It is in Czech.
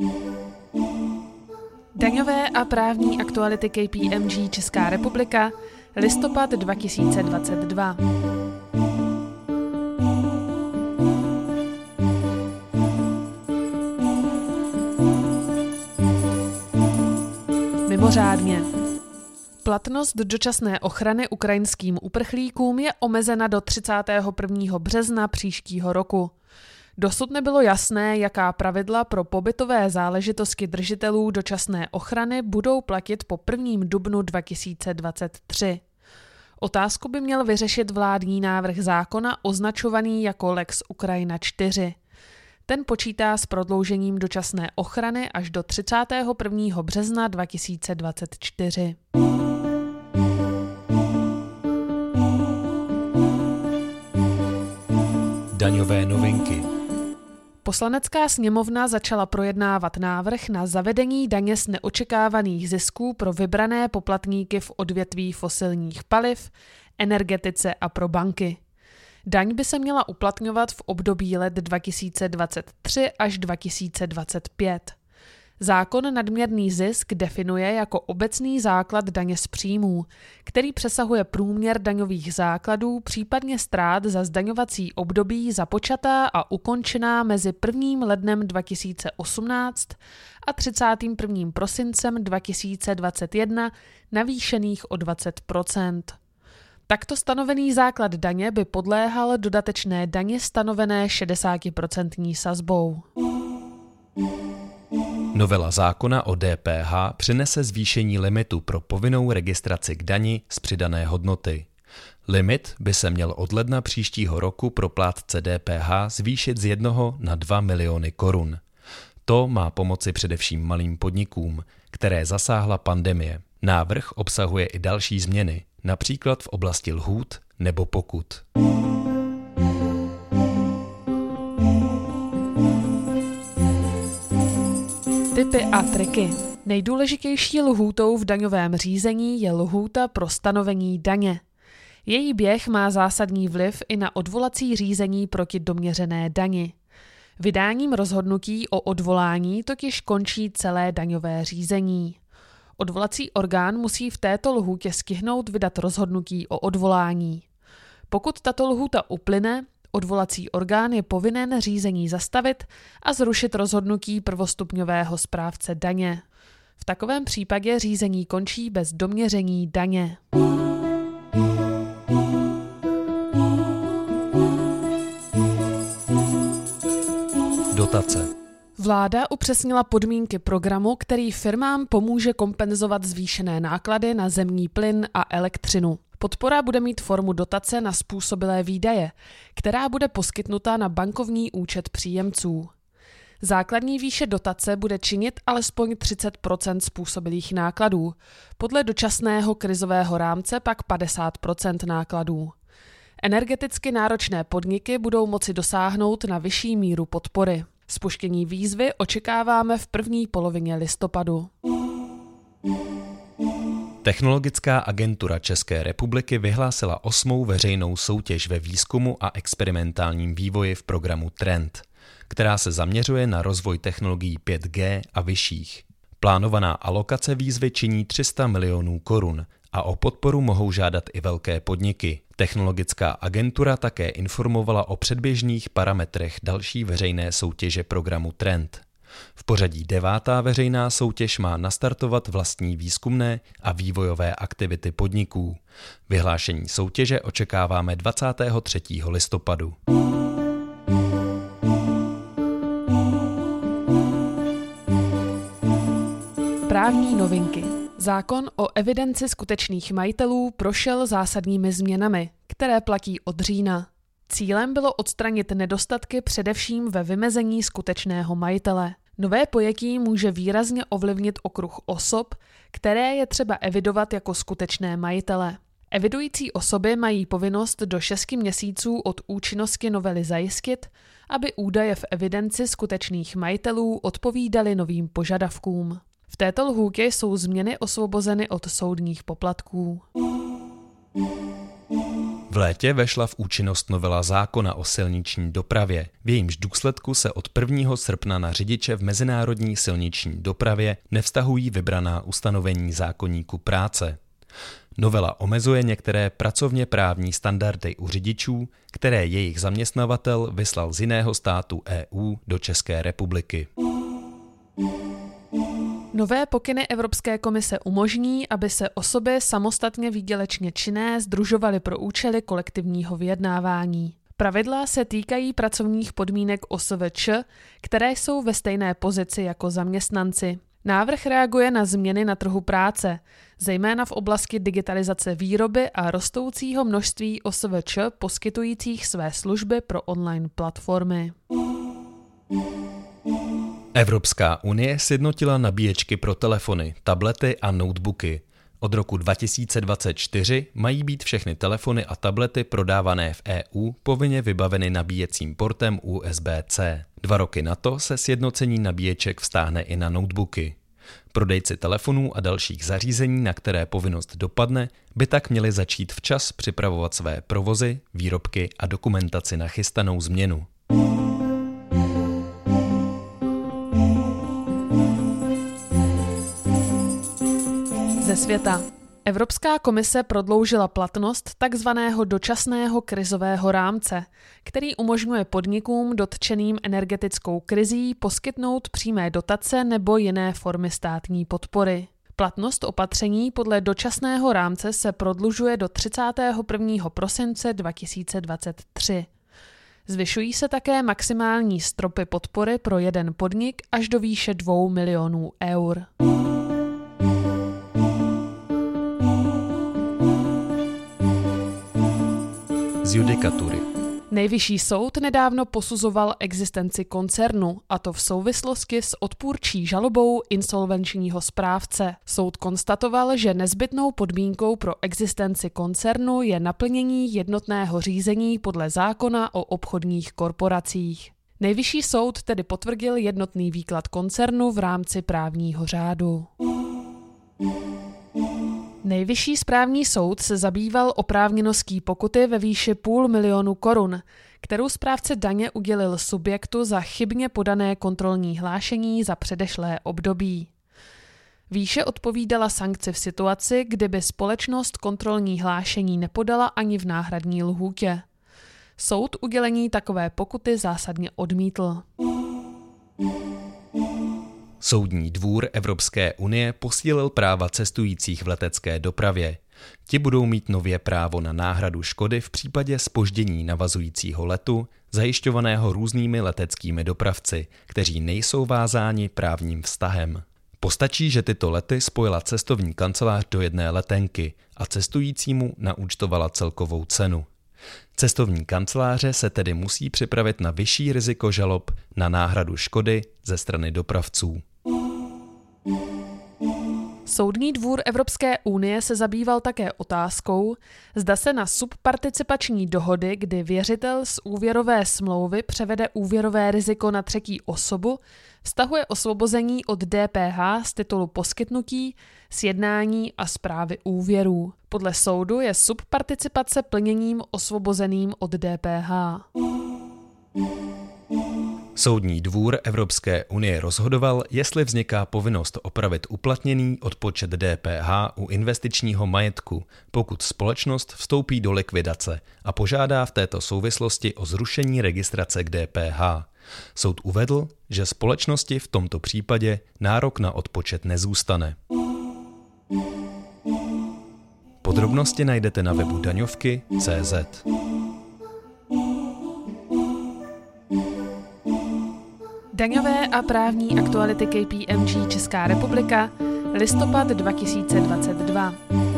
Daňové a právní aktuality KPMG Česká republika, listopad 2022. Mimořádně. Platnost dočasné ochrany ukrajinským uprchlíkům je omezena do 31. března příštího roku. Dosud nebylo jasné, jaká pravidla pro pobytové záležitosti držitelů dočasné ochrany budou platit po 1. dubnu 2023. Otázku by měl vyřešit vládní návrh zákona označovaný jako Lex Ukrajina 4. Ten počítá s prodloužením dočasné ochrany až do 31. března 2024. Daňové novinky. Poslanecká sněmovna začala projednávat návrh na zavedení daně z neočekávaných zisků pro vybrané poplatníky v odvětví fosilních paliv, energetice a pro banky. Daň by se měla uplatňovat v období let 2023 až 2025. Zákon nadměrný zisk definuje jako obecný základ daně z příjmů, který přesahuje průměr daňových základů, případně ztrát za zdaňovací období započatá a ukončená mezi 1. lednem 2018 a 31. prosincem 2021 navýšených o 20%. Takto stanovený základ daně by podléhal dodatečné dani stanovené 60% sazbou. Novela zákona o DPH přinese zvýšení limitu pro povinnou registraci k dani z přidané hodnoty. Limit by se měl od ledna příštího roku pro plátce DPH zvýšit z 1 na 2 miliony korun. To má pomoci především malým podnikům, které zasáhla pandemie. Návrh obsahuje i další změny, například v oblasti lhůt nebo pokut. Tipy a triky. Nejdůležitější lhůtou v daňovém řízení je lhůta pro stanovení daně. Její běh má zásadní vliv i na odvolací řízení proti doměřené dani. Vydáním rozhodnutí o odvolání totiž končí celé daňové řízení. Odvolací orgán musí v této lhůtě stihnout vydat rozhodnutí o odvolání. Pokud tato lhůta uplyne, odvolací orgán je povinen řízení zastavit a zrušit rozhodnutí prvostupňového správce daně. V takovém případě řízení končí bez doměření daně. Dotace. Vláda upřesnila podmínky programu, který firmám pomůže kompenzovat zvýšené náklady na zemní plyn a elektřinu. Podpora bude mít formu dotace na způsobilé výdaje, která bude poskytnuta na bankovní účet příjemců. Základní výše dotace bude činit alespoň 30% způsobilých nákladů, podle dočasného krizového rámce pak 50% nákladů. Energeticky náročné podniky budou moci dosáhnout na vyšší míru podpory. Spuštění výzvy očekáváme v první polovině listopadu. Technologická agentura České republiky vyhlásila 8. veřejnou soutěž ve výzkumu a experimentálním vývoji v programu Trend, která se zaměřuje na rozvoj technologií 5G a vyšších. Plánovaná alokace výzvy činí 300 milionů korun a o podporu mohou žádat i velké podniky. Technologická agentura také informovala o předběžných parametrech další veřejné soutěže programu Trend. V pořadí 9. veřejná soutěž má nastartovat vlastní výzkumné a vývojové aktivity podniků. Vyhlášení soutěže očekáváme 23. listopadu. Právní novinky. Zákon o evidenci skutečných majitelů prošel zásadními změnami, které platí od října. Cílem bylo odstranit nedostatky především ve vymezení skutečného majitele. Nové pojetí může výrazně ovlivnit okruh osob, které je třeba evidovat jako skutečné majitele. Evidující osoby mají povinnost do 6 měsíců od účinnosti novely zajistit, aby údaje v evidenci skutečných majitelů odpovídaly novým požadavkům. V této lhůtě jsou změny osvobozeny od soudních poplatků. V létě vešla v účinnost novela zákona o silniční dopravě. V jejímž důsledku se od 1. srpna na řidiče v mezinárodní silniční dopravě nevztahují vybraná ustanovení zákoníku práce. Novela omezuje některé pracovně právní standardy u řidičů, které jejich zaměstnavatel vyslal z jiného státu EU do České republiky. Nové pokyny Evropské komise umožní, aby se osoby samostatně výdělečně činné sdružovaly pro účely kolektivního vyjednávání. Pravidla se týkají pracovních podmínek OSVČ, které jsou ve stejné pozici jako zaměstnanci. Návrh reaguje na změny na trhu práce, zejména v oblasti digitalizace výroby a rostoucího množství OSVČ poskytujících své služby pro online platformy. Evropská unie sjednotila nabíječky pro telefony, tablety a notebooky. Od roku 2024 mají být všechny telefony a tablety prodávané v EU povinně vybaveny nabíjecím portem USB-C. 2 roky na to se sjednocení nabíječek vztáhne i na notebooky. Prodejci telefonů a dalších zařízení, na které povinnost dopadne, by tak měli začít včas připravovat své provozy, výrobky a dokumentaci na chystanou změnu. Ze světa. Evropská komise prodloužila platnost takzvaného dočasného krizového rámce, který umožňuje podnikům dotčeným energetickou krizí poskytnout přímé dotace nebo jiné formy státní podpory. Platnost opatření podle dočasného rámce se prodlužuje do 31. prosince 2023. Zvyšují se také maximální stropy podpory pro jeden podnik až do výše 2 milionů eur. Z judikatury. Nejvyšší soud nedávno posuzoval existenci koncernu, a to v souvislosti s odpůrčí žalobou insolvenčního správce. Soud konstatoval, že nezbytnou podmínkou pro existenci koncernu je naplnění jednotného řízení podle zákona o obchodních korporacích. Nejvyšší soud tedy potvrdil jednotný výklad koncernu v rámci právního řádu. Nejvyšší správní soud se zabýval oprávněností pokuty ve výši 500 000 korun, kterou správce daně udělil subjektu za chybně podané kontrolní hlášení za předešlé období. Výše odpovídala sankci v situaci, kdyby společnost kontrolní hlášení nepodala ani v náhradní lhůtě. Soud udělení takové pokuty zásadně odmítl. Soudní dvůr Evropské unie posílil práva cestujících v letecké dopravě. Ti budou mít nově právo na náhradu škody v případě zpoždění navazujícího letu, zajišťovaného různými leteckými dopravci, kteří nejsou vázáni právním vztahem. Postačí, že tyto lety spojila cestovní kancelář do jedné letenky a cestujícímu naúčtovala celkovou cenu. Cestovní kanceláře se tedy musí připravit na vyšší riziko žalob na náhradu škody ze strany dopravců. Soudní dvůr Evropské unie se zabýval také otázkou, zda se na subparticipační dohody, kdy věřitel z úvěrové smlouvy převede úvěrové riziko na třetí osobu, vztahuje osvobození od DPH z titulu poskytnutí, sjednání a správy úvěrů. Podle soudu je subparticipace plněním osvobozeným od DPH. Soudní dvůr Evropské unie rozhodoval, jestli vzniká povinnost opravit uplatněný odpočet DPH u investičního majetku, pokud společnost vstoupí do likvidace a požádá v této souvislosti o zrušení registrace k DPH. Soud uvedl, že společnosti v tomto případě nárok na odpočet nezůstane. Podrobnosti najdete na webu daňovky.cz. Daňové a právní aktuality KPMG Česká republika, listopad 2022.